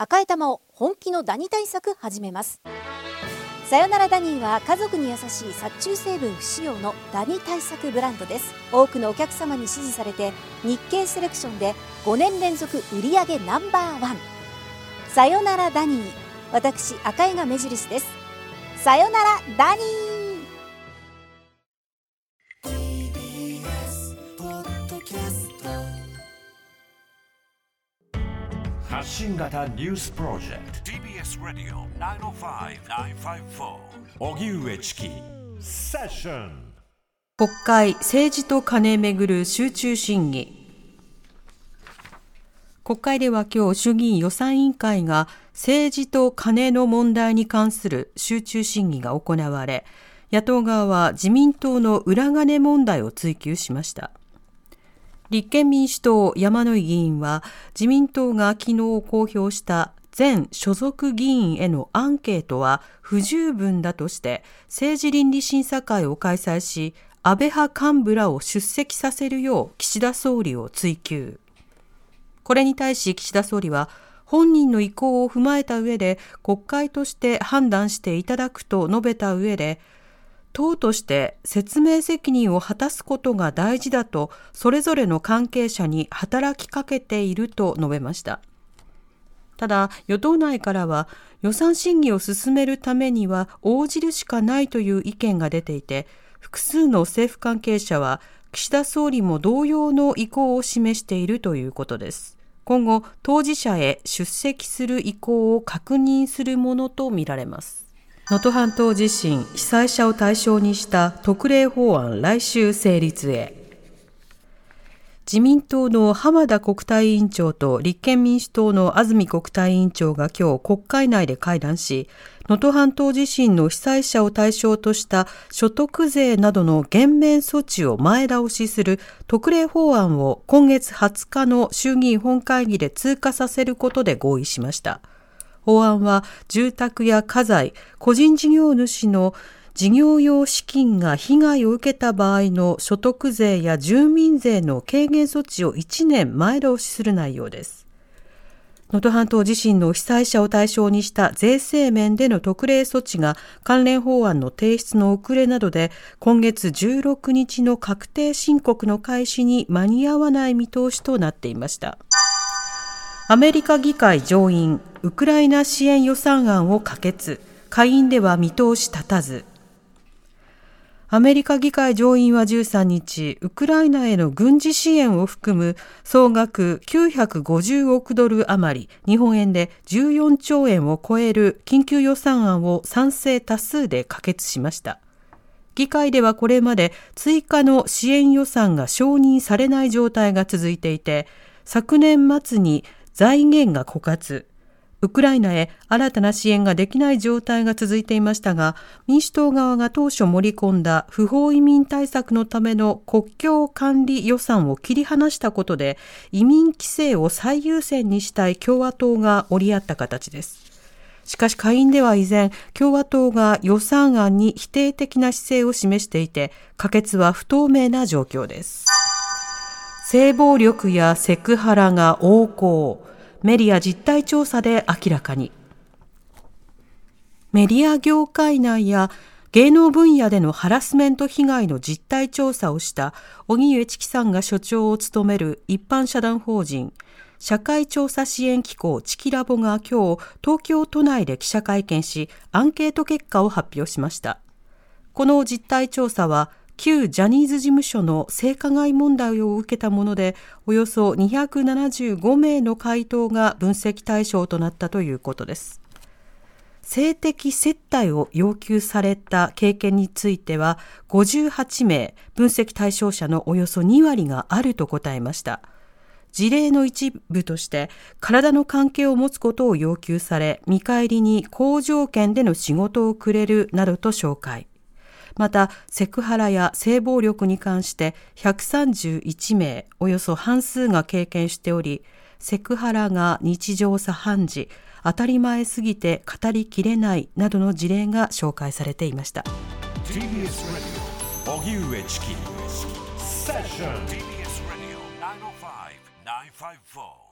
赤い玉を本気のダニ対策始めます。さよならダニーは家族に優しい殺虫成分不使用のダニ対策ブランドです。多くのお客様に支持されて日経セレクションで5年連続売上No.1。さよならダニー、私赤井が目印です。さよならダニー。 発信型ニュースプロジェクト TBS ラディオ905-954荻上チキセッション。 国会政治とカネめぐる集中審議。国会では今日衆議院予算委員会が政治とカネの問題に関する集中審議が行われ、野党側は自民党の裏金問題を追及しました。立憲民主党山井議員は自民党が昨日公表した全所属議員へのアンケートは不十分だとして政治倫理審査会を開催し、安倍派幹部らを出席させるよう岸田総理を追及。これに対し岸田総理は本人の意向を踏まえた上で国会として判断していただくと述べた上で、党として説明責任を果たすことが大事だとそれぞれの関係者に働きかけていると述べました。ただ与党内からは予算審議を進めるためには応じるしかないという意見が出ていて、複数の政府関係者は岸田総理も同様の意向を示しているということです。今後当事者へ出席する意向を確認するものとみられます。能登半島地震被災者を対象にした特例法案来週成立へ。自民党の浜田国対委員長と立憲民主党の安住国対委員長が今日国会内で会談し、能登半島地震の被災者を対象とした所得税などの減免措置を前倒しする特例法案を今月20日の衆議院本会議で通過させることで合意しました。法案は住宅や家財、個人事業主の事業用資金が被害を受けた場合の所得税や住民税の軽減措置を1年前倒しする内容です。能登半島地震の被災者を対象にした税制面での特例措置が関連法案の提出の遅れなどで今月16日の確定申告の開始に間に合わない見通しとなっていました。アメリカ議会上院ウクライナ支援予算案を可決、下院では見通し立たず。アメリカ議会上院は13日、ウクライナへの軍事支援を含む総額950億ドル余り、日本円で14兆円を超える緊急予算案を賛成多数で可決しました。議会ではこれまで追加の支援予算が承認されない状態が続いていて、昨年末に財源が枯渇、ウクライナへ新たな支援ができない状態が続いていましたが、民主党側が当初盛り込んだ不法移民対策のための国境管理予算を切り離したことで、移民規制を最優先にしたい共和党が折り合った形です。しかし下院では依然、共和党が予算案に否定的な姿勢を示していて、可決は不透明な状況です。性暴力やセクハラが横行、メディア実態調査で明らかに。メディア業界内や芸能分野でのハラスメント被害の実態調査をした荻上チキさんが所長を務める一般社団法人社会調査支援機構チキラボが今日東京都内で記者会見し、アンケート結果を発表しました。この実態調査は旧ジャニーズ事務所の性加害問題を受けたもので、およそ275名の回答が分析対象となったということです。性的接待を要求された経験については58名、分析対象者のおよそ2割があると答えました。事例の一部として体の関係を持つことを要求され、見返りに好条件での仕事をくれるなどと紹介。またセクハラや性暴力に関して131名、およそ半数が経験しており、セクハラが日常茶飯事、当たり前すぎて語りきれないなどの事例が紹介されていました。 TBS ラディオ荻上チキセッション TBS ラディオ905-954